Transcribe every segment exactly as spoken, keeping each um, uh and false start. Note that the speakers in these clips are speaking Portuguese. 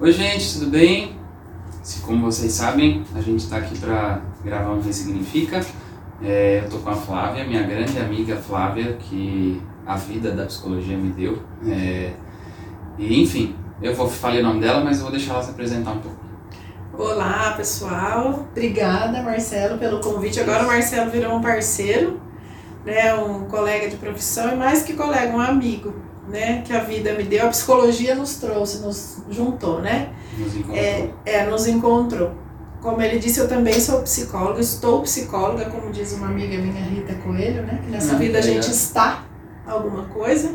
Oi gente, tudo bem? Como vocês sabem, a gente está aqui para gravar um Ressignifica. É, eu estou com a Flávia, minha grande amiga Flávia, que a vida da psicologia me deu. É, e enfim, eu vou falar o nome dela, mas eu vou deixar ela se apresentar um pouco. Olá pessoal, obrigada Marcelo pelo convite. Agora o Marcelo virou um parceiro, né, um colega de profissão e mais que colega, um amigo, né, que a vida me deu, a psicologia nos trouxe, nos juntou, né? Nos encontrou. É, é, nos encontrou. Como ele disse, eu também sou psicóloga, estou psicóloga, como diz uma amiga minha, Rita Coelho, né? Que nessa Hum, vida a legal. gente está alguma coisa.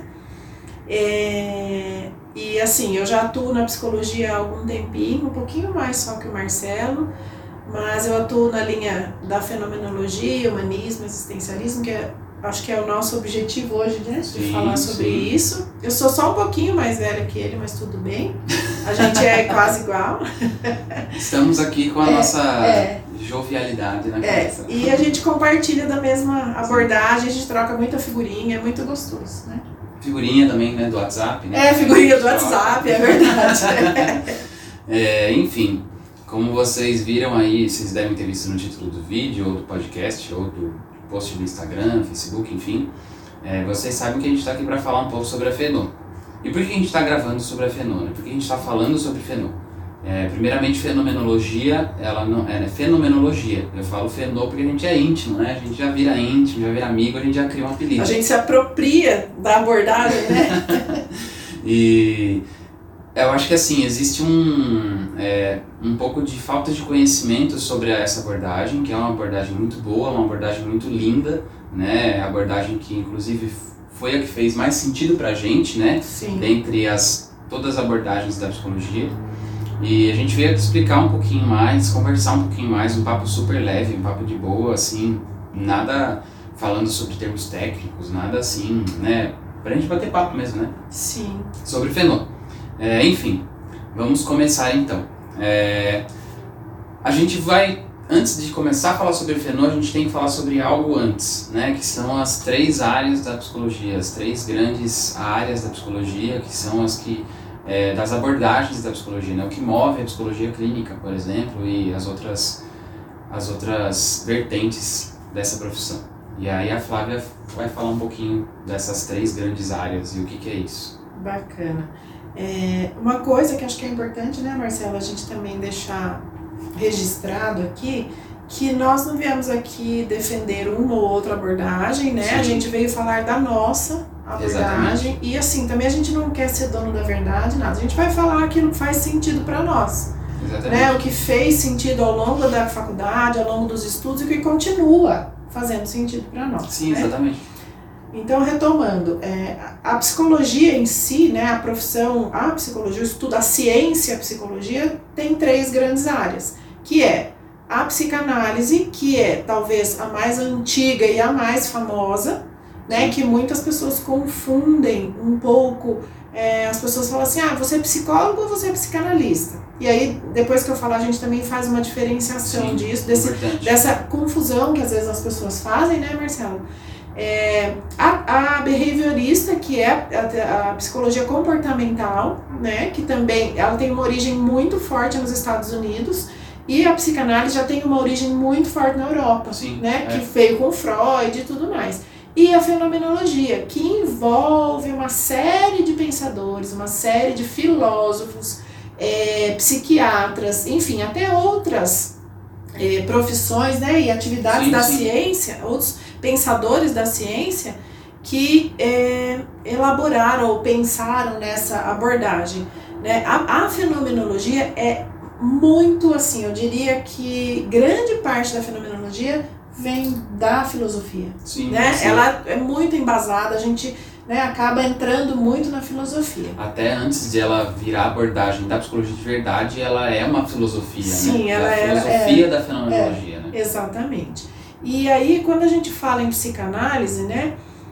É, e assim, eu já atuo na psicologia há algum tempinho, um pouquinho mais só que o Marcelo, mas eu atuo na linha da fenomenologia, humanismo, existencialismo, que é, acho que é o nosso objetivo hoje, né? De Sim, falar sobre sim. isso. Eu sou só um pouquinho mais velha que ele, mas tudo bem. A gente é quase igual. Estamos aqui com a É, nossa é. jovialidade na É, cabeça. e a gente compartilha da mesma abordagem, a gente troca muita figurinha, é muito gostoso, né? Figurinha também, né, do WhatsApp, né? É, figurinha do Troca. WhatsApp, é verdade. É, enfim, como vocês viram aí, vocês devem ter visto no título do vídeo, ou do podcast, ou do post do Instagram, Facebook, enfim, é, vocês sabem que a gente está aqui para falar um pouco sobre a Fenô. E por que a gente está gravando sobre a Fenô? Né? Por que a gente está falando sobre Fenô? É, primeiramente, fenomenologia, ela não é né, fenomenologia. Eu falo Fenô porque a gente é íntimo, né? A gente já vira íntimo, já vira amigo, a gente já cria um apelido. A gente se apropria da abordagem, né? E eu acho que assim, existe um, é, um pouco de falta de conhecimento sobre essa abordagem, que é uma abordagem muito boa, uma abordagem muito linda, né? Abordagem que inclusive foi a que fez mais sentido pra gente, né? Sim. Dentre as, todas as abordagens da psicologia. E a gente veio explicar um pouquinho mais, conversar um pouquinho mais, um papo super leve, um papo de boa, assim, nada falando sobre termos técnicos, nada assim, né? Pra gente bater papo mesmo, né? Sim. Sobre Fenô. É, enfim, vamos começar então. É, a gente vai, antes de começar a falar sobre Fenô, a gente tem que falar sobre algo antes, né? Que são as três áreas da psicologia, as três grandes áreas da psicologia, que são as que, é, das abordagens da psicologia, né? O que move a psicologia clínica, por exemplo, e as outras, as outras vertentes dessa profissão. E aí a Flávia vai falar um pouquinho dessas três grandes áreas e o que, que é isso. Bacana. É, uma coisa que acho que é importante, né, Marcelo, a gente também deixar registrado aqui, que nós não viemos aqui defender uma ou outra abordagem, né? Sim. A gente veio falar da nossa abordagem. Exatamente. E assim, também a gente não quer ser dono da verdade, nada. A gente vai falar aquilo que faz sentido para nós. Exatamente. Né? O que fez sentido ao longo da faculdade, ao longo dos estudos e o que continua fazendo sentido para nós. Sim, né? exatamente. Então, retomando, é, a psicologia em si, né, a profissão, a psicologia, o estudo, a ciência, a psicologia, tem três grandes áreas, que é a psicanálise, que é talvez a mais antiga e a mais famosa, né, que muitas pessoas confundem um pouco, é, as pessoas falam assim, ah, você é psicólogo ou você é psicanalista? E aí, depois que eu falar, a gente também faz uma diferenciação Sim, disso, desse, importante. dessa confusão que às vezes as pessoas fazem, né, Marcelo? É, a, a behaviorista, que é a, a psicologia comportamental, né, que também ela tem uma origem muito forte nos Estados Unidos, e a psicanálise já tem uma origem muito forte na Europa, Sim, né, é. que veio com Freud e tudo mais. E a fenomenologia, que envolve uma série de pensadores, uma série de filósofos, é, psiquiatras, enfim, até outras é, profissões, né, e atividades Sim, da sim. ciência, outros pensadores da ciência que é, elaboraram ou pensaram nessa abordagem. Né? A, a fenomenologia é muito assim, eu diria que grande parte da fenomenologia vem da filosofia. Sim, Né? sim. Ela é muito embasada, a gente, né, acaba entrando muito na filosofia. Até antes de ela virar a abordagem da psicologia de verdade, ela é uma filosofia, Sim, né? ela é a é- filosofia é- da fenomenologia, né? Exatamente. E aí, quando a gente fala em psicanálise, né,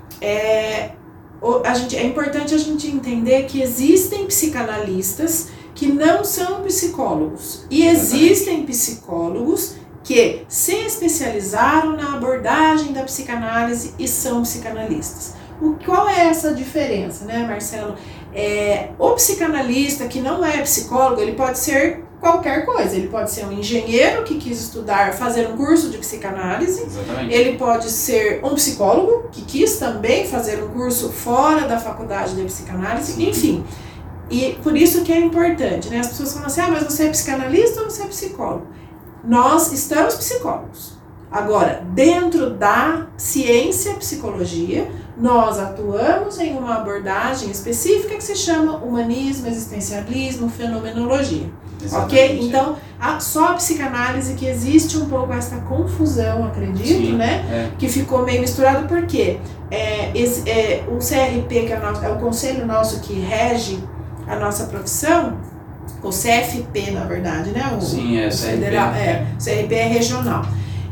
é, o- a gente, é importante a gente entender que existem psicanalistas que não são psicólogos. E Exatamente. existem psicólogos que se especializaram na abordagem da psicanálise e são psicanalistas. O, qual é essa diferença, né, Marcelo? É, o psicanalista que não é psicólogo, ele pode ser qualquer coisa. Ele pode ser um engenheiro que quis estudar, fazer um curso de psicanálise. Exatamente. Ele pode ser um psicólogo que quis também fazer um curso fora da faculdade de psicanálise. Sim. Enfim. E por isso que é importante, né? As pessoas falam assim, ah, mas você é psicanalista ou você é psicólogo? Nós estamos psicólogos. Agora, dentro da ciência psicologia, nós atuamos em uma abordagem específica que se chama humanismo, existencialismo, fenomenologia. Exatamente. Ok? Então, a, só a psicanálise que existe um pouco essa confusão, acredito, Sim, né? É. Que ficou meio misturado porque é, esse, é, o C R P, que é, no, é o conselho nosso que rege a nossa profissão, o C F P, na verdade, né? O, Sim, é o C R P. Federal, é, o C R P é regional.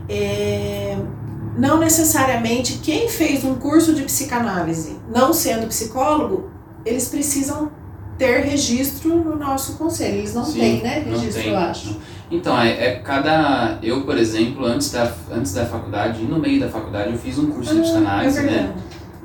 É, não necessariamente quem fez um curso de psicanálise, não sendo psicólogo, eles precisam ter registro no nosso conselho. Eles não Sim, têm, né? Registro, eu acho. Então, é, é cada... Eu, por exemplo, antes da, antes da faculdade, e no meio da faculdade, eu fiz um curso ah, de psicanálise, é né?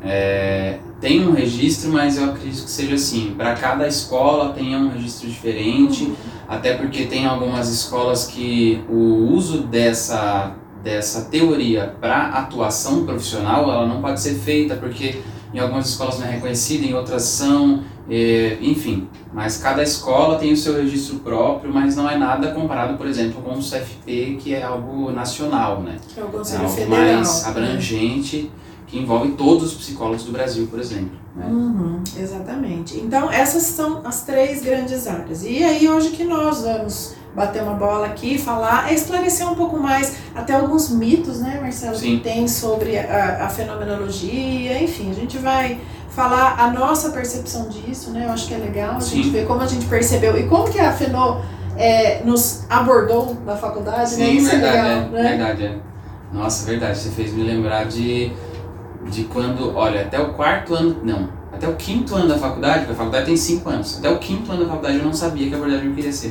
É, tem um registro, mas eu acredito que seja assim, para cada escola tenha um registro diferente, uhum. Até porque tem algumas escolas que o uso dessa, dessa teoria para atuação profissional, ela não pode ser feita, porque em algumas escolas não é reconhecida, em outras são, é, enfim, mas cada escola tem o seu registro próprio, mas não é nada comparado, por exemplo, com o C F P, que é algo nacional, né? Que é o Conselho é algo Federal, mais abrangente, né? Que envolve todos os psicólogos do Brasil, por exemplo. Né? Uhum, exatamente. Então, essas são as três grandes áreas. E aí, hoje que nós vamos bater uma bola aqui, falar, é esclarecer um pouco mais, até alguns mitos, né, Marcelo, Sim. que tem sobre a, a fenomenologia, enfim, a gente vai falar a nossa percepção disso, né, eu acho que é legal a Sim. gente ver como a gente percebeu e como que a Fenô é, nos abordou na faculdade, Sim, né, isso verdade, é legal, é, né? verdade, é. Nossa, verdade, você fez me lembrar de... de quando, olha, até o quarto ano, não, até o quinto ano da faculdade, porque a faculdade tem cinco anos, até o quinto ano da faculdade eu não sabia que a verdade eu queria ser.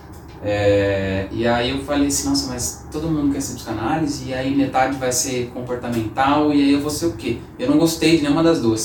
É, e aí eu falei assim, nossa, mas todo mundo quer ser psicanálise, e aí metade vai ser comportamental, e aí eu vou ser o quê? Eu não gostei de nenhuma das duas.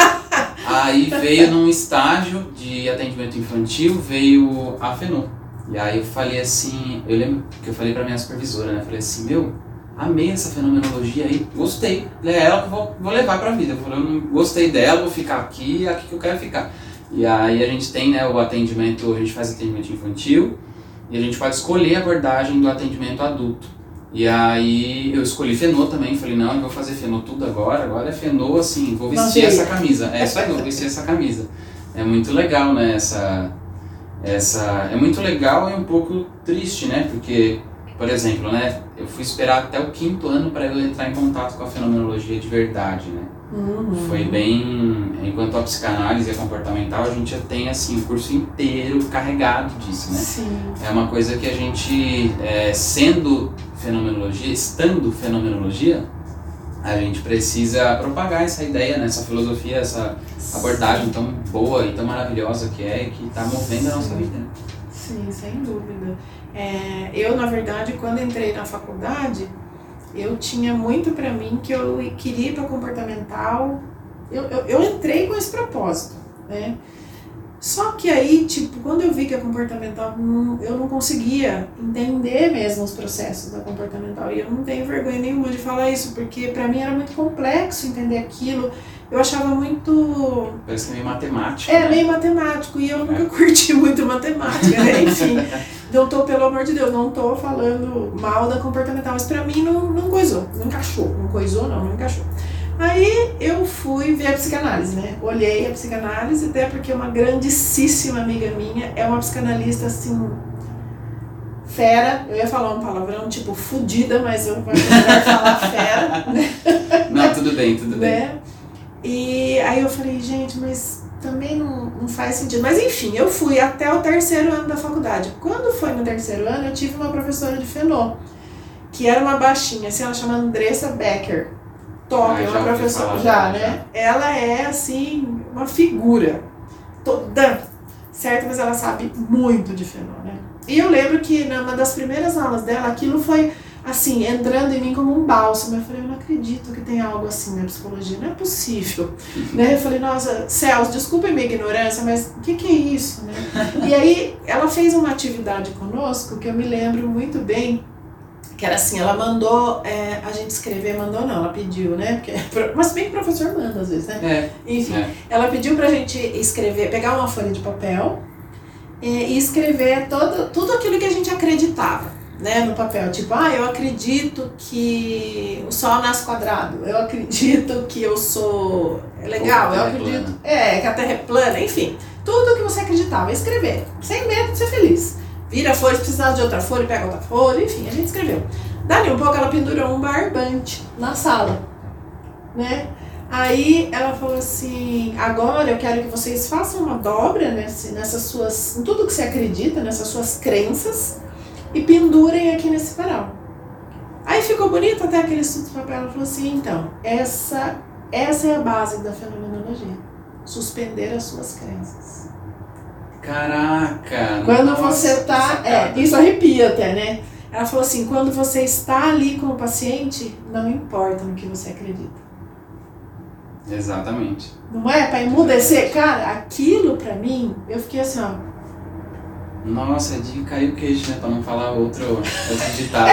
Aí veio num estágio de atendimento infantil, veio a Fenô. E aí eu falei assim, eu lembro que eu falei pra minha supervisora, né, eu falei assim, meu, amei essa fenomenologia aí, gostei, é ela que eu vou, vou levar pra vida. Eu falei, eu não gostei dela, vou ficar aqui, é aqui que eu quero ficar. E aí a gente tem, né, o atendimento, a gente faz atendimento infantil, e a gente pode escolher a abordagem do atendimento adulto. E aí eu escolhi Fenô também, falei, não, eu vou fazer Fenô tudo agora, agora é Fenô, assim, vou vestir essa camisa. É isso aí, vou vestir essa camisa. É muito legal, né, essa, essa... É muito legal e um pouco triste, né, porque... Por exemplo, né, eu fui esperar até o quinto ano para eu entrar em contato com a fenomenologia de verdade, né? Uhum. Foi bem... Enquanto a psicanálise é comportamental, a gente já tem, assim, o curso inteiro carregado disso, né? Sim. É uma coisa que a gente, é, sendo fenomenologia, estando fenomenologia, a gente precisa propagar essa ideia, né, essa filosofia, essa abordagem tão boa e tão maravilhosa que é e que está movendo a nossa vida, né? Sim, sem dúvida. É, eu, na verdade, quando entrei na faculdade, eu tinha muito pra mim que eu queria ir pra comportamental. Eu, eu, eu entrei com esse propósito, né? Só que aí, tipo, quando eu vi que a comportamental, não, eu não conseguia entender mesmo os processos da comportamental. E eu não tenho vergonha nenhuma de falar isso, porque pra mim era muito complexo entender aquilo. Eu achava muito... Parece que é meio matemático. É, né? meio matemático. E eu nunca é. curti muito matemática, né? Enfim, não tô, pelo amor de Deus, não tô falando mal da comportamental. Mas pra mim não, não coisou, não encaixou. Não coisou, não, não encaixou. Aí eu fui ver a psicanálise, né? Olhei a psicanálise, até porque uma grandíssima amiga minha é uma psicanalista, assim... fera, eu ia falar um palavrão tipo fudida, mas eu vou melhor falar fera, né? Não, tudo bem, tudo bem. Né? E aí eu falei, gente, mas também não, não faz sentido. Mas enfim, eu fui até o terceiro ano da faculdade. Quando foi no terceiro ano, eu tive uma professora de Fenô, que era uma baixinha, assim, ela chama Andressa Becker. Top, ah, é uma professora, já, né? Já. Ela é, assim, uma figura toda, certo? Mas ela sabe muito de Fenô, né? E eu lembro que numa das primeiras aulas dela, aquilo foi assim, entrando em mim como um bálsamo. Eu falei, eu não acredito que tem algo assim na psicologia, não é possível. Né? Eu falei, nossa, Celso, desculpe a minha ignorância, mas o que, que é isso? Né? E aí ela fez uma atividade conosco que eu me lembro muito bem, que era assim, ela mandou é, a gente escrever, mandou não, ela pediu, né? Porque, mas bem que o professor manda às vezes, né? É, Enfim, é. Ela pediu pra gente escrever, pegar uma folha de papel é, e escrever todo, tudo aquilo que a gente acreditava, né, no papel. Tipo, ah, eu acredito que o sol nasce quadrado, eu acredito que eu sou legal, eu acredito é, que a Terra é plana, enfim, tudo que você acreditava, escrever, sem medo de ser feliz. Vira a folha, se precisar de outra folha, pega outra folha, enfim, a gente escreveu. Dali um pouco ela pendurou um barbante na sala, né? Aí ela falou assim, agora eu quero que vocês façam uma dobra nesse, nessas suas, em tudo que você acredita, nessas suas crenças, e pendurem aqui nesse varal. Aí ficou bonito até aquele estudo de papel. Ela falou assim, então, essa, essa é a base da fenomenologia. Suspender as suas crenças. Caraca! Quando nossa, você tá... É, isso arrepia até, né? Ela falou assim, quando você está ali com o paciente, não importa no que você acredita. Exatamente. Não é? Pra emudecer. Cara, aquilo pra mim, eu fiquei assim, ó. Nossa, é de cair o queixo, né? Pra não falar outro, outro ditado.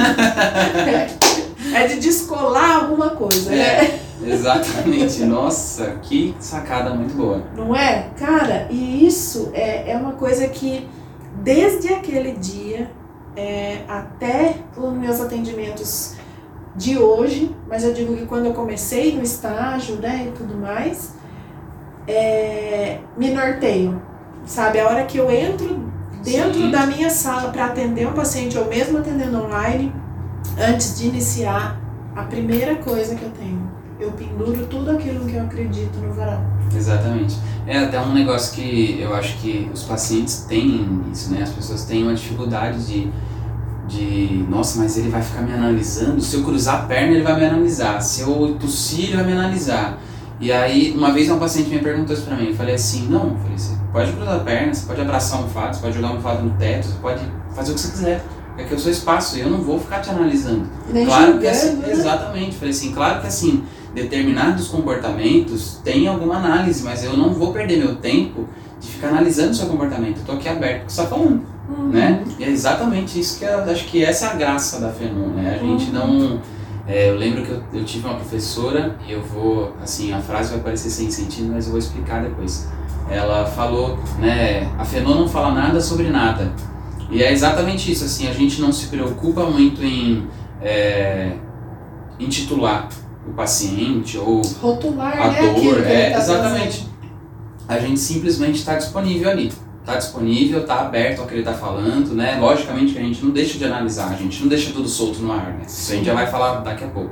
É de descolar alguma coisa, é, né? Exatamente. Nossa, que sacada muito boa. Não é? Cara, e isso é, é uma coisa que, desde aquele dia é, até os meus atendimentos de hoje, mas eu digo que quando eu comecei no estágio, né, e tudo mais, é, me norteio, sabe? A hora que eu entro dentro Sim. da minha sala para atender um paciente, ou mesmo atendendo online, antes de iniciar, a primeira coisa que eu tenho, eu penduro tudo aquilo que eu acredito no varal. Exatamente. É até um negócio que eu acho que os pacientes têm isso, né? As pessoas têm uma dificuldade de, de nossa, mas ele vai ficar me analisando, se eu cruzar a perna ele vai me analisar, se eu tossir ele vai me analisar. E aí, uma vez uma paciente me perguntou isso pra mim, eu falei assim, não, eu falei, você pode cruzar a perna, você pode abraçar um almofada, você pode jogar um almofada no teto, você pode fazer o que você quiser, é que é o seu espaço, e eu não vou ficar te analisando. Nem claro julgando, que assim, né? Exatamente, falei assim, claro que assim, determinados comportamentos tem alguma análise, mas eu não vou perder meu tempo de ficar analisando o seu comportamento, eu tô aqui aberto, que você tá falando, uhum. né? E é exatamente isso que eu acho que essa é a graça da Fenô, né? A gente uhum. não... É, eu lembro que eu, eu tive uma professora, e eu vou, assim, a frase vai parecer sem sentido, mas eu vou explicar depois. Ela falou, né, a Fenô não fala nada sobre nada. E é exatamente isso, assim, a gente não se preocupa muito em é, intitular o paciente ou rotular, a né, dor. É, tá exatamente. Fazendo. A gente simplesmente está disponível ali. Está disponível, está aberto ao que ele está falando, né? Logicamente que a gente não deixa de analisar, a gente não deixa tudo solto no ar, né? Isso a gente já vai falar daqui a pouco.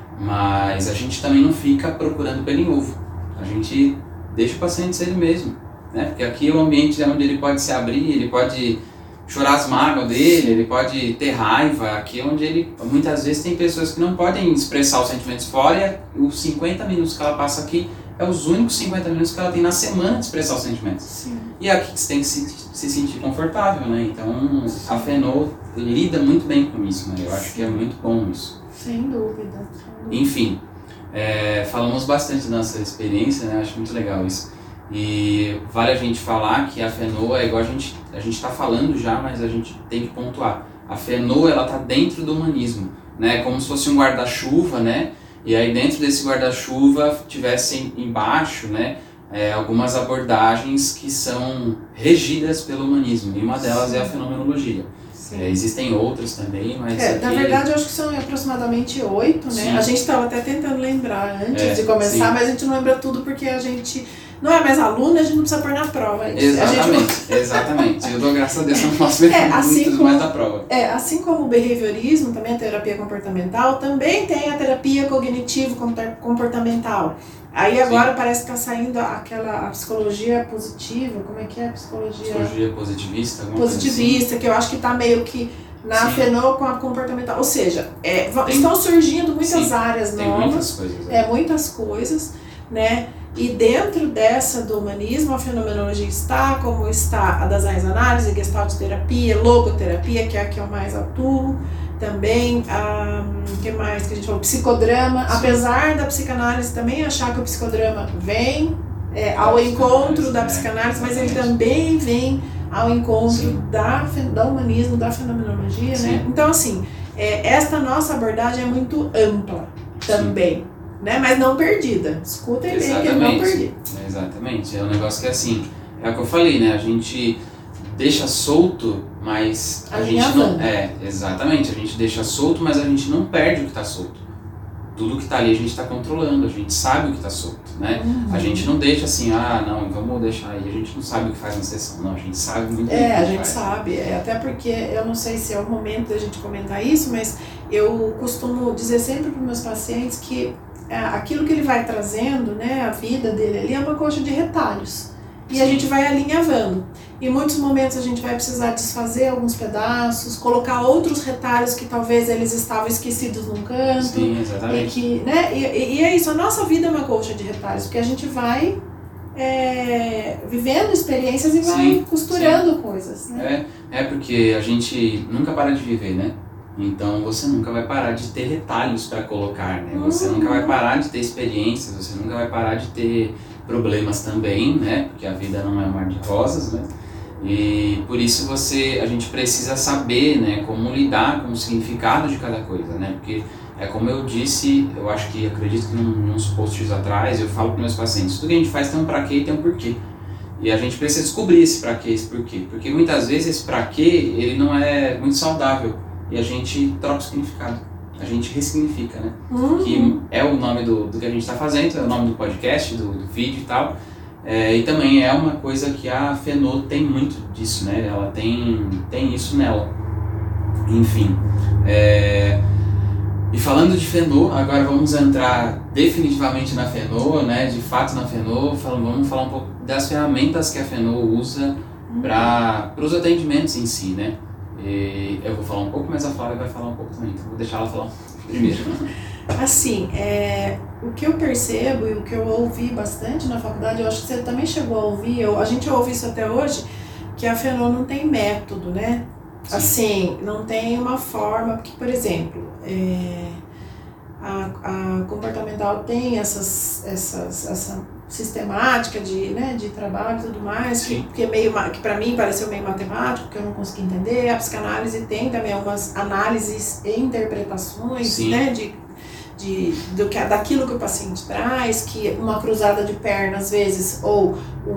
Mas a gente também não fica procurando pelo em ovo. A gente deixa o paciente ser ele mesmo, né? Porque aqui é o ambiente onde ele pode se abrir, ele pode chorar as mágoas dele, ele pode ter raiva. Aqui é onde ele, muitas vezes tem pessoas que não podem expressar os sentimentos fora, e os cinquenta minutos que ela passa aqui é os únicos cinquenta minutos que ela tem na semana de expressar os sentimentos. Sim. E é aqui que você tem que se, se sentir confortável, né? Então, a Fenô lida muito bem com isso, né? Eu acho que é muito bom isso. Sem dúvida. Sem dúvida. Enfim, é, falamos bastante da nossa experiência, né? Acho muito legal isso. E vale a gente falar que a Fenô é igual a gente a gente está falando já, mas a gente tem que pontuar. A Fenô, ela tá dentro do humanismo, né? Como se fosse um guarda-chuva, né? E aí dentro desse guarda-chuva tivessem embaixo, né, é, algumas abordagens que são regidas pelo humanismo, e uma delas Sim. é a fenomenologia. É, existem outras também, mas... É, aqui... Na verdade, eu acho que são aproximadamente oito, né? Sim. A gente estava até tentando lembrar antes é, de começar, sim. mas a gente não lembra tudo porque a gente não é mais aluno, a gente não precisa pôr na prova. Exatamente, gente... exatamente. Eu dou graças a Deus, não posso ver é, assim muito como, mais da prova. É, assim como o behaviorismo, também a terapia comportamental, também tem a terapia cognitivo-comportamental. Aí agora Sim. parece que está saindo aquela a psicologia positiva, como é que é a psicologia? Psicologia positivista? Positivista, assim. Que eu acho que está meio que na Fenô com a comportamental. Ou seja, é, tem, estão surgindo muitas sim, áreas tem novas. Muitas coisas, é. é, muitas coisas, né? E dentro dessa do humanismo, a fenomenologia está, como está a das análise, gestalt terapia, logoterapia, que é a que eu mais atuo, também, o que mais que a gente falou? Psicodrama, sim. Apesar da psicanálise também achar que o psicodrama vem é, ao encontro da psicanálise, mas ele também vem ao encontro da, da humanismo, da fenomenologia, sim. Né? Então, assim, é, esta nossa abordagem é muito ampla também, sim. Né? Mas não perdida. Escutem bem que é não perdida. Exatamente, é um negócio que assim, é o que eu falei, né? A gente deixa solto, mas a, a gente não... É, exatamente, a gente deixa solto, mas a gente não perde o que está solto. Tudo que está ali a gente está controlando, a gente sabe o que está solto, né? Uhum. A gente não deixa assim, ah, não, vamos deixar aí, a gente não sabe o que faz na sessão, não, a gente sabe muito bem. É, a gente faz. sabe, é, até porque eu não sei se é o momento da gente comentar isso, mas eu costumo dizer sempre para os meus pacientes que é, aquilo que ele vai trazendo, né, a vida dele ali é uma coxa de retalhos. E sim. A gente vai alinhavando. Em muitos momentos a gente vai precisar desfazer alguns pedaços, colocar outros retalhos que talvez eles estavam esquecidos num canto. Sim, exatamente. E, que, né, e, e é isso, a nossa vida é uma colcha de retalhos, porque a gente vai é, vivendo experiências e vai sim, costurando sim. coisas. Né? É, é porque a gente nunca para de viver, né? Então você nunca vai parar de ter retalhos para colocar, né? Você uhum. nunca vai parar de ter experiências, você nunca vai parar de ter problemas também, né? Porque a vida não é um mar de rosas, né? E por isso você, a gente precisa saber, né, como lidar com o significado de cada coisa, né? Porque é como eu disse, eu acho que acredito que num, uns posts atrás eu falo para meus pacientes, tudo que a gente faz tem um pra quê e tem um porquê. E a gente precisa descobrir esse pra quê e esse porquê, porque muitas vezes esse pra quê, ele não é muito saudável e a gente troca o significado, a gente ressignifica, né? Uhum. Que é o nome do, do que a gente está fazendo, é o nome do podcast, do, do vídeo e tal. É, e também é uma coisa que a Fenô tem muito disso, né? Ela tem, tem isso nela. Enfim. É, e falando de Fenô, agora vamos entrar definitivamente na Fenô, né? De fato na Fenô. Falando, vamos falar um pouco das ferramentas que a Fenô usa para os atendimentos em si, né? E eu vou falar um pouco, mas a Flávia vai falar um pouco também. Então vou deixar ela falar primeiro. Assim, é, o que eu percebo e o que eu ouvi bastante na faculdade, eu acho que você também chegou a ouvir, eu, a gente ouve isso até hoje, que a Fenô não tem método, né? Sim. Assim, não tem uma forma, porque, por exemplo, é, a, a comportamental tem essas, essas, essa sistemática de, né, de trabalho e tudo mais, que, que, é meio, que pra mim pareceu meio matemático, que eu não consegui entender. A psicanálise tem também algumas análises e interpretações, sim. Né, de De, do que, daquilo que o paciente traz, que uma cruzada de perna às vezes, ou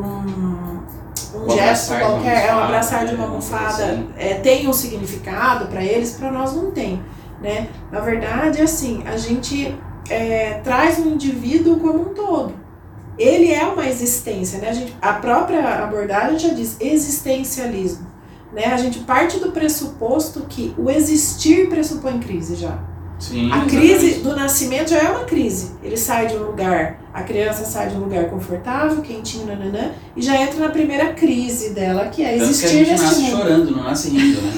um, um gesto qualquer, é um abraçar de uma almofada, assim. é, tem um significado para eles, para nós não tem, né? Na verdade, assim, a gente é, traz o indivíduo como um todo. Ele é uma existência, né? A, gente, a própria abordagem já diz existencialismo, né? A gente parte do pressuposto que o existir pressupõe crise já. Sim, a crise exatamente. Do nascimento já é uma crise. Ele sai de um lugar, a criança sai de um lugar confortável, quentinho, nananã, e já entra na primeira crise dela, que é existir neste mundo. Tanto que a gente nasce chorando, não nasce rindo, né?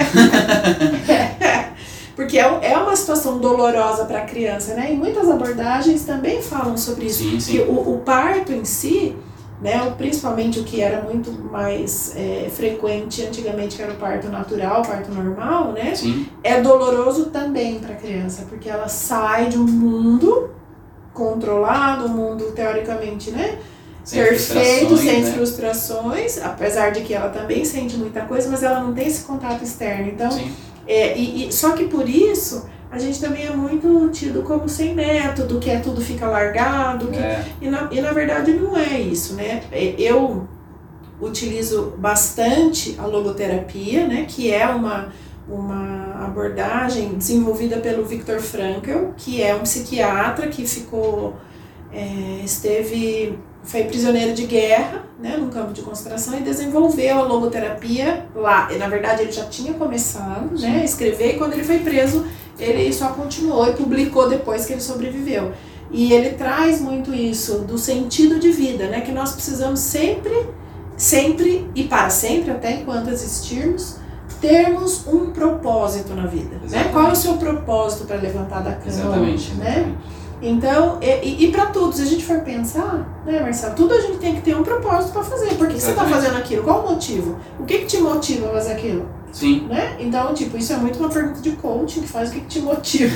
é, porque é, é uma situação dolorosa para a criança, né? E muitas abordagens também falam sobre isso. Sim, sim. Que o, o parto em si, né, principalmente o que era muito mais é, frequente antigamente, que era o parto natural, o parto normal, né? Sim. É doloroso também para a criança, porque ela sai de um mundo controlado, um mundo teoricamente, né, sem perfeito, sem né? frustrações, apesar de que ela também sente muita coisa, mas ela não tem esse contato externo. Então, é, e, e, só que por isso a gente também é muito tido como sem método, que é tudo fica largado, que, é. e, na, e na verdade não é isso, né? Eu utilizo bastante a logoterapia, né, que é uma, uma abordagem desenvolvida pelo Viktor Frankl, que é um psiquiatra que ficou, é, esteve, foi prisioneiro de guerra, né, num campo de concentração, e desenvolveu a logoterapia lá. E, na verdade ele já tinha começado, né, a escrever, e quando ele foi preso ele só continuou e publicou depois que ele sobreviveu. E ele traz muito isso do sentido de vida, né? Que nós precisamos sempre, sempre e para sempre, até enquanto existirmos, termos um propósito na vida. Né? Qual é o seu propósito para levantar da cama? Exatamente, né? exatamente. Então, e, e para tudo, se a gente for pensar, né, Marcelo, tudo a gente tem que ter um propósito para fazer. Por que, que você está fazendo aquilo? Qual o motivo? O que, que te motiva a fazer aquilo? Sim. Né? Então, tipo, isso é muito uma pergunta de coaching, que faz o que, que te motiva.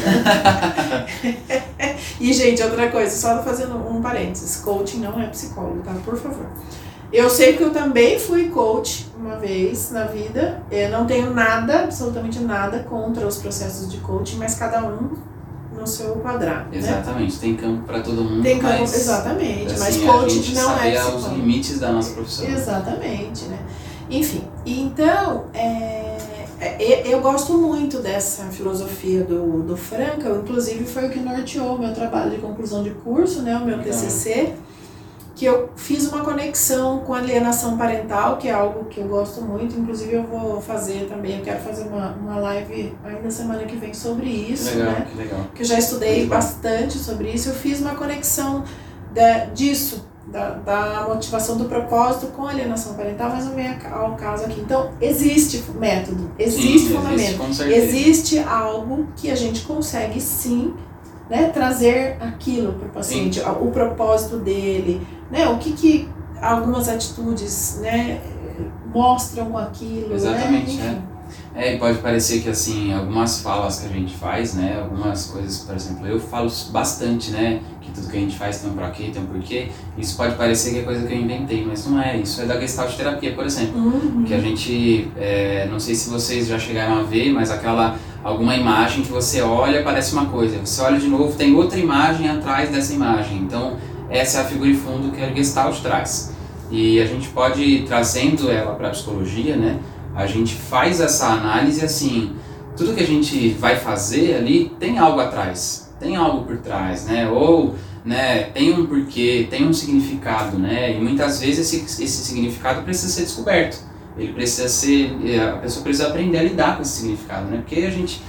E, gente, outra coisa, só fazendo um parênteses, coaching não é psicólogo, tá? Por favor. Eu sei que eu também fui coach uma vez na vida, eu não tenho nada, absolutamente nada contra os processos de coaching, mas cada um no seu quadrado. Exatamente, né? Tem campo para todo mundo. Tem campo, mas, exatamente, assim, mas coaching não é psicólogo. Os limites da nossa profissão. Exatamente, né? Enfim, então, é, é, eu gosto muito dessa filosofia do, do Frankl, inclusive foi o que norteou o meu trabalho de conclusão de curso, né, o meu T C C, que eu fiz uma conexão com alienação parental, que é algo que eu gosto muito, inclusive eu vou fazer também, eu quero fazer uma, uma live ainda semana que vem sobre isso, que legal, né? Que legal. Que eu já estudei bastante sobre isso, eu fiz uma conexão da, disso, da, da motivação do propósito com a alienação parental, mas não vem ao caso aqui. Então, existe método, existe sim, fundamento, existe, existe algo que a gente consegue sim, né, trazer aquilo para o paciente, sim. o propósito dele, né, o que, que algumas atitudes, né, mostram com aquilo. Exatamente, né? É, e pode parecer que assim, algumas falas que a gente faz, né, algumas coisas, por exemplo, eu falo bastante, né, que tudo que a gente faz tem um porquê, tem um porquê, isso pode parecer que é coisa que eu inventei, mas não é, isso é da Gestalt terapia, por exemplo, uhum. que a gente, é, não sei se vocês já chegaram a ver, mas aquela, alguma imagem que você olha parece uma coisa, você olha de novo, tem outra imagem atrás dessa imagem, então essa é a figura de fundo que a Gestalt traz, e a gente pode ir trazendo ela para a psicologia, né, a gente faz essa análise assim, tudo que a gente vai fazer ali tem algo atrás, tem algo por trás, né? Ou, né, tem um porquê, tem um significado, né? E muitas vezes esse, esse significado precisa ser descoberto. Ele precisa ser, a pessoa precisa aprender a lidar com esse significado, né? Porque a gente,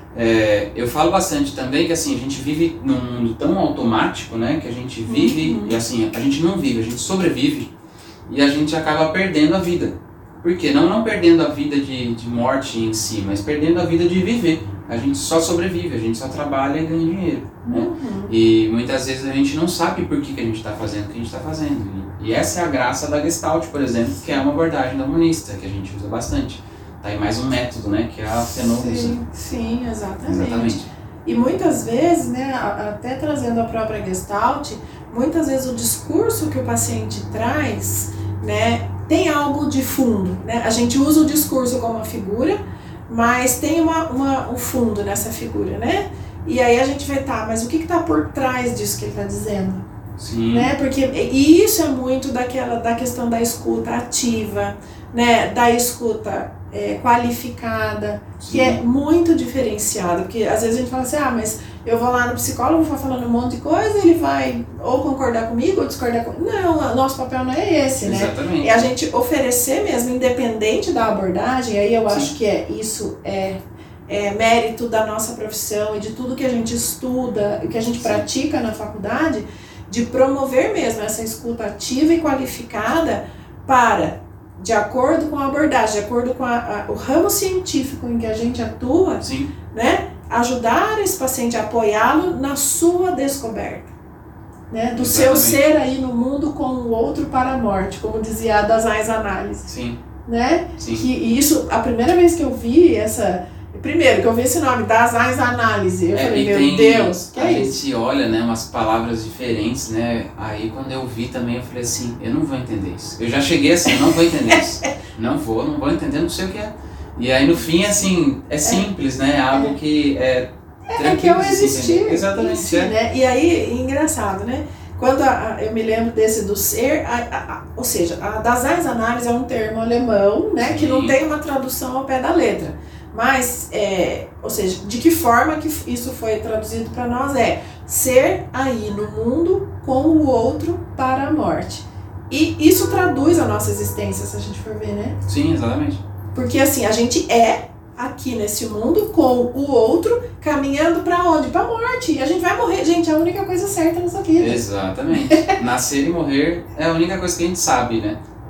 é, eu falo bastante também que assim, a gente vive num mundo tão automático, né? Que a gente vive, uhum. e assim, a gente não vive, a gente sobrevive e a gente acaba perdendo a vida. Por quê? Não, não perdendo a vida de, de morte em si, mas perdendo a vida de viver. A gente só sobrevive, a gente só trabalha e ganha dinheiro. Né? Uhum. E muitas vezes a gente não sabe por que, que a gente está fazendo o que a gente está fazendo. E, e essa é a graça da Gestalt, por exemplo, que é uma abordagem da humanista, que a gente usa bastante. Tá aí mais um método, né, que é a Fanon usa. Sim, sim, exatamente. exatamente. E muitas vezes, né, até trazendo a própria Gestalt, muitas vezes o discurso que o paciente traz, né, tem algo de fundo, né? A gente usa o discurso como uma figura, mas tem uma, uma, um fundo nessa figura, né? E aí a gente vê, tá, mas o que está por trás disso que ele está dizendo? Sim. Né? Porque, e isso é muito daquela, da questão da escuta ativa, né? Da escuta é, qualificada, sim. Que é muito diferenciada, porque às vezes a gente fala assim, ah, mas eu vou lá no psicólogo, vou falando um monte de coisa, ele vai ou concordar comigo ou discordar comigo. Não, o nosso papel não é esse, né? Exatamente. É a gente oferecer mesmo, independente da abordagem, aí eu sim. acho que é isso, é, é mérito da nossa profissão e de tudo que a gente estuda e que a gente sim. pratica na faculdade, de promover mesmo essa escuta ativa e qualificada para, de acordo com a abordagem, de acordo com a, a, o ramo científico em que a gente atua, sim. né? Ajudar esse paciente a apoiá-lo na sua descoberta, né? Do Exatamente. Seu ser aí no mundo com o outro para a morte, como dizia a Dasein Análise. Sim. Né? Sim. Que, e isso, a primeira vez que eu vi essa... Primeiro, que eu vi esse nome, Dasein Análise, eu é, falei, meu tem, Deus, que a é gente isso? olha, né, umas palavras diferentes, né, aí quando eu vi também, eu falei assim, eu não vou entender isso. Eu já cheguei assim, eu não vou entender isso. Não vou, não vou entender, não sei o que é. E aí no fim, assim, é simples, é, né, algo é. que é É que eu existir. Exatamente. Si, é. né? E aí, engraçado, né? Quando a, a, eu me lembro desse do ser, a, a, a, ou seja, a Dasein Análise é um termo alemão, né, que não tem uma tradução ao pé da letra. Mas, é, ou seja, de que forma que isso foi traduzido para nós é ser aí no mundo com o outro para a morte. E isso traduz a nossa existência, se a gente for ver, né? Sim, exatamente. Porque assim, a gente é aqui nesse mundo com o outro, caminhando para onde? Para a morte. E a gente vai morrer, gente, é a única coisa certa nessa vida. Exatamente. Nascer e morrer é a única coisa que a gente sabe, né?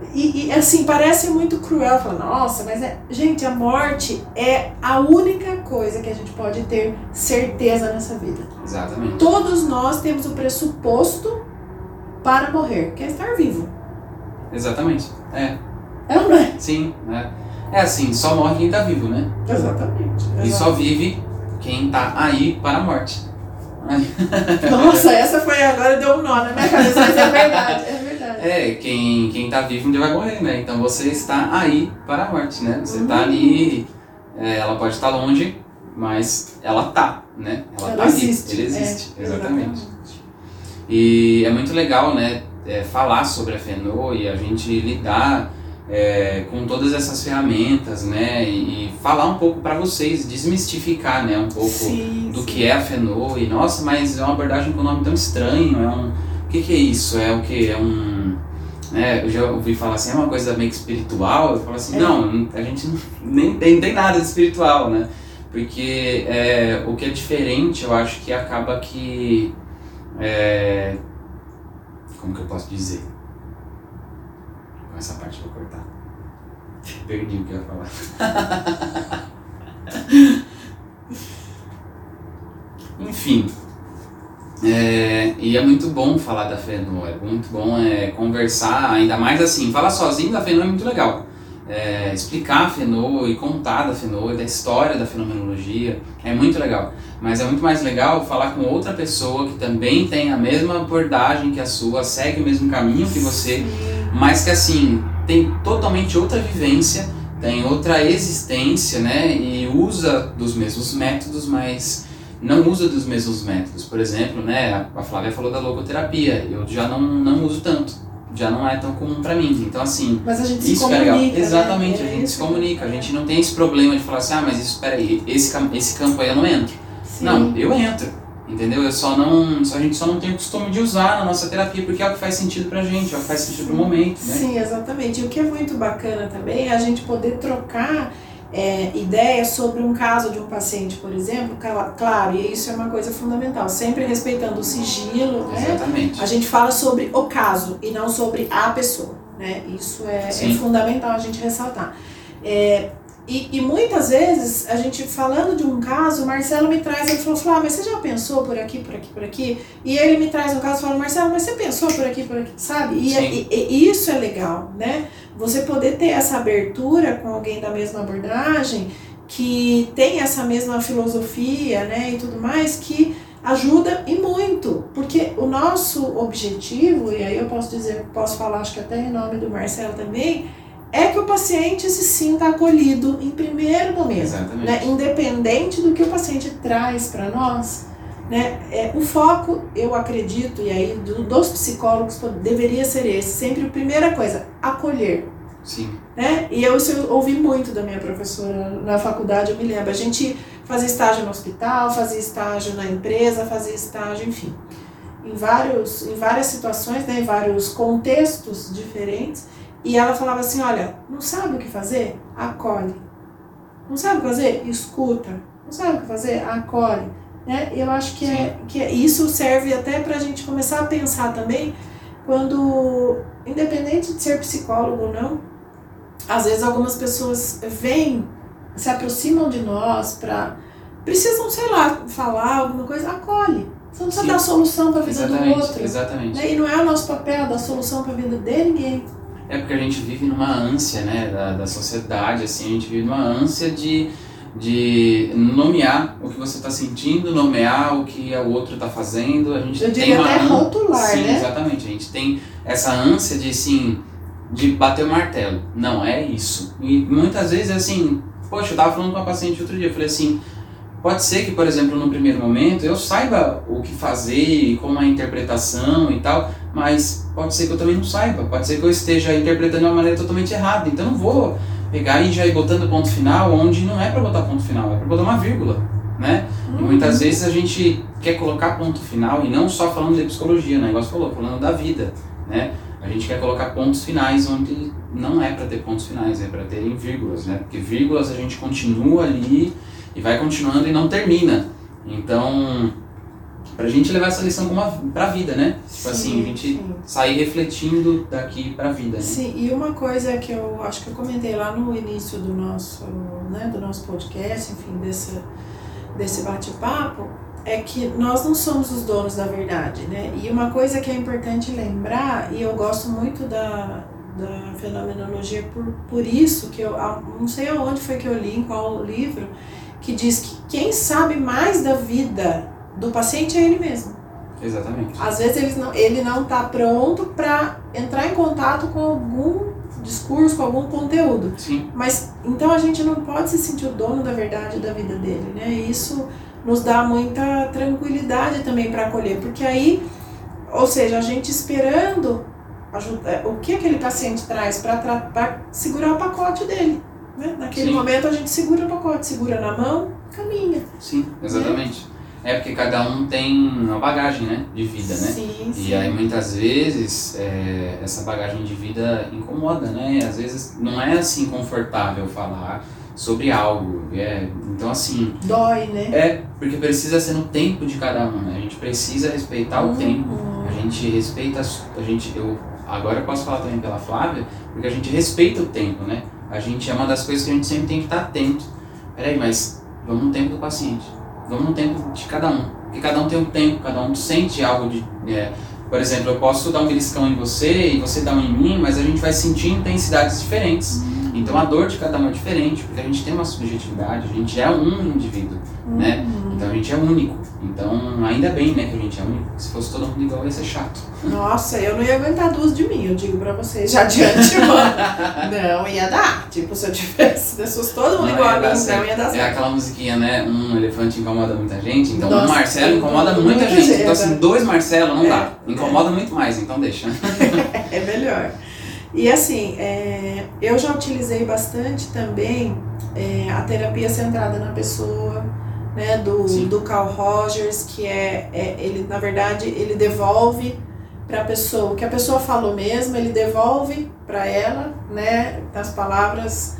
E, e assim, parece muito cruel, falar, nossa, mas é... Gente, a morte é a única coisa que a gente pode ter certeza nessa vida. Exatamente. Todos nós temos o pressuposto para morrer, que é estar vivo. Exatamente, é. É ou não é? Sim, é. É assim, só morre quem tá vivo, né? Exatamente. E só vive quem tá aí para a morte. Nossa, essa foi agora, deu um nó na minha cabeça, mas é verdade, é verdade. É, quem, quem tá vivo um dia vai morrer, né? Então você está aí para a morte, né? Você uhum. tá ali, é, ela pode estar longe, mas ela tá, né? Ela, ela tá existe. Ali, ele existe, é, exatamente. exatamente. E é muito legal, né? É, falar sobre a Fenô e a gente lidar é, com todas essas ferramentas, né? E, e falar um pouco para vocês, desmistificar, né? Um pouco sim, do sim. que é a Fenô. E nossa, mas é uma abordagem com um nome tão estranho. É um, o que, que é isso? É o que? É um... Né, eu já ouvi falar assim, é uma coisa meio que espiritual. Eu falo assim, é. não, a gente não, nem tem, tem nada de espiritual, né? Porque é, o que é diferente, eu acho que acaba que... É, como que eu posso dizer? Essa parte eu vou cortar. Perdi o que eu ia falar. Enfim. É, e é muito bom falar da Fenô, é muito bom é, conversar, ainda mais assim, falar sozinho da Fenô é muito legal. É, explicar a Fenô e contar da Fenô e da história da fenomenologia é muito legal. Mas é muito mais legal falar com outra pessoa que também tem a mesma abordagem que a sua, segue o mesmo caminho que você, mas que assim, tem totalmente outra vivência, tem outra existência, né? E usa dos mesmos métodos, mas não usa dos mesmos métodos. Por exemplo, né, a Flávia falou da logoterapia, eu já não, não uso tanto. Já não é tão comum pra mim, então assim... Mas a gente se isso comunica, é legal. né? Exatamente, é a gente isso. se comunica, a gente não tem esse problema de falar assim, ah, mas isso, peraí, esse, esse campo aí eu não entro. Sim. Não, eu entro, entendeu? Eu só não, só, a gente só não tem o costume de usar na nossa terapia, porque é o que faz sentido pra gente, é o que faz sentido pro momento, né? Sim, exatamente. E o que é muito bacana também é a gente poder trocar é, ideias sobre um caso de um paciente, por exemplo, claro, e isso é uma coisa fundamental, sempre respeitando o sigilo, né? Exatamente. A gente fala sobre o caso e não sobre a pessoa, né? Isso é, é fundamental a gente ressaltar. É, e, e muitas vezes, a gente falando de um caso, o Marcelo me traz, ele falou, Flávia, mas você já pensou por aqui, por aqui, por aqui? E ele me traz um caso e fala, Marcelo, mas você pensou por aqui, por aqui, sabe? E, e, e isso é legal, né? Você poder ter essa abertura com alguém da mesma abordagem, que tem essa mesma filosofia, né, e tudo mais, que ajuda e muito, porque o nosso objetivo, e aí eu posso dizer, posso falar, acho que até em nome do Marcelo também, é que o paciente se sinta acolhido em primeiro momento, né, independente do que o paciente traz para nós, né, é, o foco, eu acredito, e aí do, dos psicólogos deveria ser esse, sempre a primeira coisa, acolher. Sim. Né? E eu, isso eu ouvi muito da minha professora na faculdade, eu me lembro, a gente fazia estágio no hospital, fazia estágio na empresa, fazia estágio, enfim, em, vários, em várias situações, né, em vários contextos diferentes, e ela falava assim, olha, não sabe o que fazer? Acolhe. Não sabe o que fazer? Escuta. Não sabe o que fazer? Acolhe. Né? Eu acho que, é, que é, isso serve até para a gente começar a pensar também, quando, independente de ser psicólogo ou não, às vezes algumas pessoas vêm, se aproximam de nós para, precisam, sei lá, falar alguma coisa, acolhe. Você não precisa Sim. dar solução para a vida exatamente, do outro. Exatamente. Né? E não é o nosso papel dar solução para a vida de ninguém. É porque a gente vive numa ânsia, né, da, da sociedade, assim, a gente vive numa ânsia de, de nomear o que você está sentindo, nomear o que o outro está fazendo. A gente Eu tem diria uma até rotular, sim, né? Exatamente. A gente tem essa ânsia de, assim, de bater o martelo. Não, é isso. E muitas vezes, assim, poxa, eu tava falando com uma paciente outro dia, eu falei assim, pode ser que, por exemplo, no primeiro momento, eu saiba o que fazer, como a interpretação e tal, mas pode ser que eu também não saiba, pode ser que eu esteja interpretando de uma maneira totalmente errada, então eu não vou pegar e já ir botando ponto final onde não é para botar ponto final, é para botar uma vírgula, né? Uhum. E muitas vezes a gente quer colocar ponto final, e não só falando de psicologia, né? Igual você falou, falando da vida, né? A gente quer colocar pontos finais onde não é para ter pontos finais, é para terem vírgulas, né? Porque vírgulas a gente continua ali e vai continuando e não termina. Então, pra gente levar essa lição como a, pra vida, né? Tipo Sim, assim, a gente sim. sair refletindo daqui pra vida, né? Sim, e uma coisa que eu acho que eu comentei lá no início do nosso, né, do nosso podcast, enfim, desse, desse bate-papo, é que nós não somos os donos da verdade, né? E uma coisa que é importante lembrar, e eu gosto muito da, da fenomenologia por, por isso, que eu não sei aonde foi que eu li, em qual livro, que diz que quem sabe mais da vida do paciente é ele mesmo. Exatamente. Às vezes ele não, ele não está pronto para entrar em contato com algum discurso, com algum conteúdo. Sim. Mas então a gente não pode se sentir o dono da verdade da vida dele, né? E isso nos dá muita tranquilidade também para acolher, porque aí, ou seja, a gente esperando ajuda, o que aquele paciente traz para segurar o pacote dele, né? Naquele Sim. momento a gente segura o pacote, segura na mão, caminha. Sim, exatamente. É, é porque cada um tem uma bagagem, né, de vida, né? Sim, sim. E aí muitas vezes é, essa bagagem de vida incomoda, né? Às vezes não é assim confortável falar sobre algo, é, então assim... Dói, né? É, porque precisa ser no tempo de cada um, né? A gente precisa respeitar o Uhum. tempo, a gente respeita, a gente, eu, agora eu posso falar também pela Flávia, porque a gente respeita o tempo, né? A gente, é uma das coisas que a gente sempre tem que estar atento. Peraí, mas vamos no tempo do paciente, vamos no tempo de cada um, porque cada um tem um tempo, cada um sente algo de... É, por exemplo, eu posso dar um beliscão em você e você dá um em mim, mas a gente vai sentir intensidades diferentes. Uhum. Então a dor de cada um é diferente, porque a gente tem uma subjetividade, a gente é um indivíduo, uhum. né? Então a gente é único. Então ainda bem, né, que a gente é único, porque se fosse todo mundo igual ia ser chato. Nossa, eu não ia aguentar duas de mim, eu digo pra vocês já de antemão. Não ia dar. Tipo, se eu tivesse, se fosse todo mundo não igual a mim, então não ia dar certo. É aquela musiquinha, né? Um elefante incomoda muita gente, então Nossa, um Marcelo incomoda muita, muita gente. gente. Então assim, dois Marcelo não é, dá. Incomoda é. muito mais, então deixa. É melhor. E assim, é, eu já utilizei bastante também é, a terapia centrada na pessoa, né, do, do Carl Rogers, que é, é, ele, na verdade, ele devolve para a pessoa, o que a pessoa falou mesmo, ele devolve para ela, né, as palavras,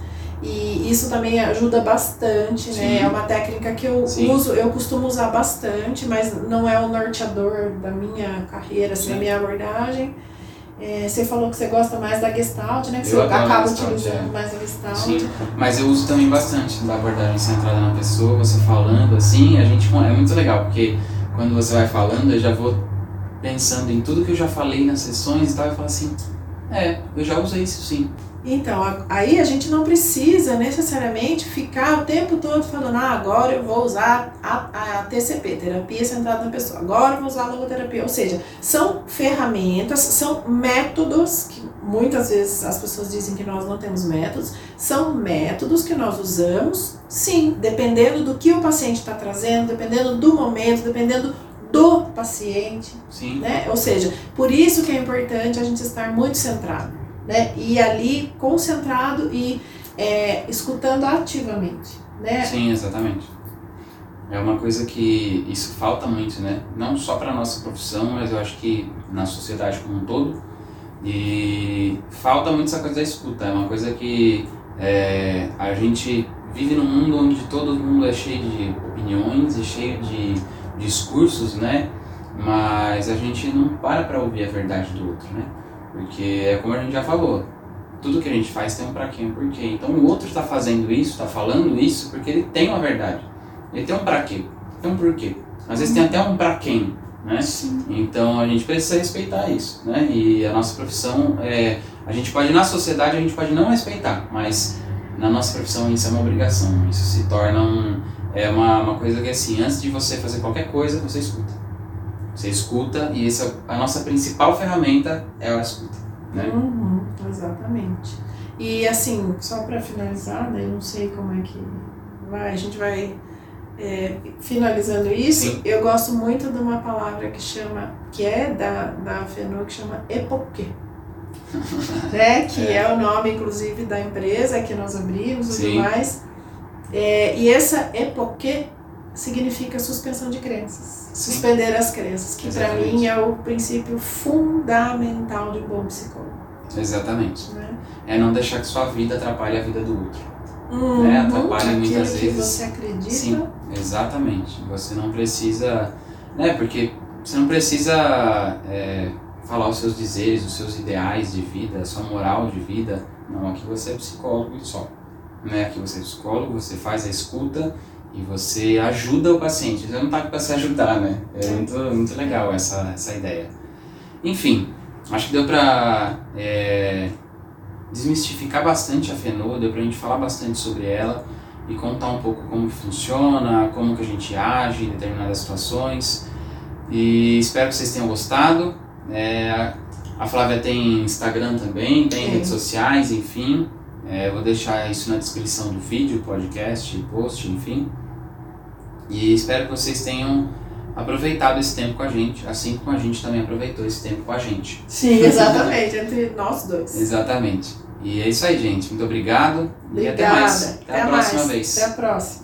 e isso também ajuda bastante, né, é uma técnica que eu Sim. uso, eu costumo usar bastante, mas não é o norteador da minha carreira, assim, da minha abordagem. É, você falou que você gosta mais da Gestalt, né? Que você acaba utilizando é. mais a Gestalt. Sim, mas eu uso também bastante da abordagem centrada na pessoa, você falando assim, a gente é muito legal, porque quando você vai falando, eu já vou pensando em tudo que eu já falei nas sessões e tal, e falo assim, é, eu já usei isso sim. Então, aí a gente não precisa necessariamente ficar o tempo todo falando, ah, agora eu vou usar a, a T C P, terapia centrada na pessoa, agora eu vou usar a logoterapia, ou seja, são ferramentas, são métodos, que muitas vezes as pessoas dizem que nós não temos métodos, são métodos que nós usamos, sim, dependendo do que o paciente está trazendo, dependendo do momento, dependendo do paciente, sim. né? Ou seja, por isso que é importante a gente estar muito centrado. Né? E ali concentrado e é, escutando ativamente, né? Sim, exatamente. É uma coisa que isso falta muito, né? Não só para nossa profissão, mas eu acho que na sociedade como um todo. E falta muito essa coisa da escuta. É uma coisa que é, a gente vive num mundo onde todo mundo é cheio de opiniões e cheio de discursos, né? Mas a gente não para para ouvir a verdade do outro, né? Porque é como a gente já falou, tudo que a gente faz tem um pra quê, um porquê. Então o outro está fazendo isso, está falando isso, porque ele tem uma verdade. Ele tem um pra quê, tem um porquê. Às vezes tem até um pra quem, né? Sim. Então a gente precisa respeitar isso, né? E a nossa profissão, é, a gente pode, na sociedade, a gente pode não respeitar, mas na nossa profissão isso é uma obrigação. Isso se torna um, é uma, uma coisa que assim, antes de você fazer qualquer coisa, você escuta. Você escuta e essa, a nossa principal ferramenta é a escuta, né? Uhum, exatamente. E assim, só para finalizar, né, eu não sei como é que vai, a gente vai é, finalizando isso. Sim. Eu gosto muito de uma palavra que chama, que é da, da Fenô, que chama epoquê. Né? Que é. é o nome, inclusive, da empresa que nós abrimos e tudo mais. É, e essa epoquê significa suspensão de crenças. Sim. Suspender as crenças, que para mim é o princípio fundamental de um bom psicólogo. Exatamente. Né? É não deixar que sua vida atrapalhe a vida do outro. Uhum, né? Atrapalha muitas que vezes. Você acredita? Sim, exatamente. Você não precisa né? Porque você não precisa é, falar os seus dizeres, os seus ideais de vida, a sua moral de vida. Não, aqui você é psicólogo e só. Né? Aqui você é psicólogo, você faz a escuta e você ajuda o paciente. Você não está aqui para se ajudar, né? É muito, muito legal essa, essa ideia. Enfim, acho que deu para é, desmistificar bastante a Fenô, deu para a gente falar bastante sobre ela e contar um pouco como funciona, como que a gente age em determinadas situações. E espero que vocês tenham gostado. É, a Flávia tem Instagram também, tem redes sociais, enfim. É, vou deixar isso na descrição do vídeo, podcast, post, enfim. E espero que vocês tenham aproveitado esse tempo com a gente, assim como a gente também aproveitou esse tempo com a gente. Sim, exatamente, entre nós dois. Exatamente. E é isso aí, gente. Muito obrigado. Obrigada. E até mais. Até, até a próxima mais. vez. Até a próxima.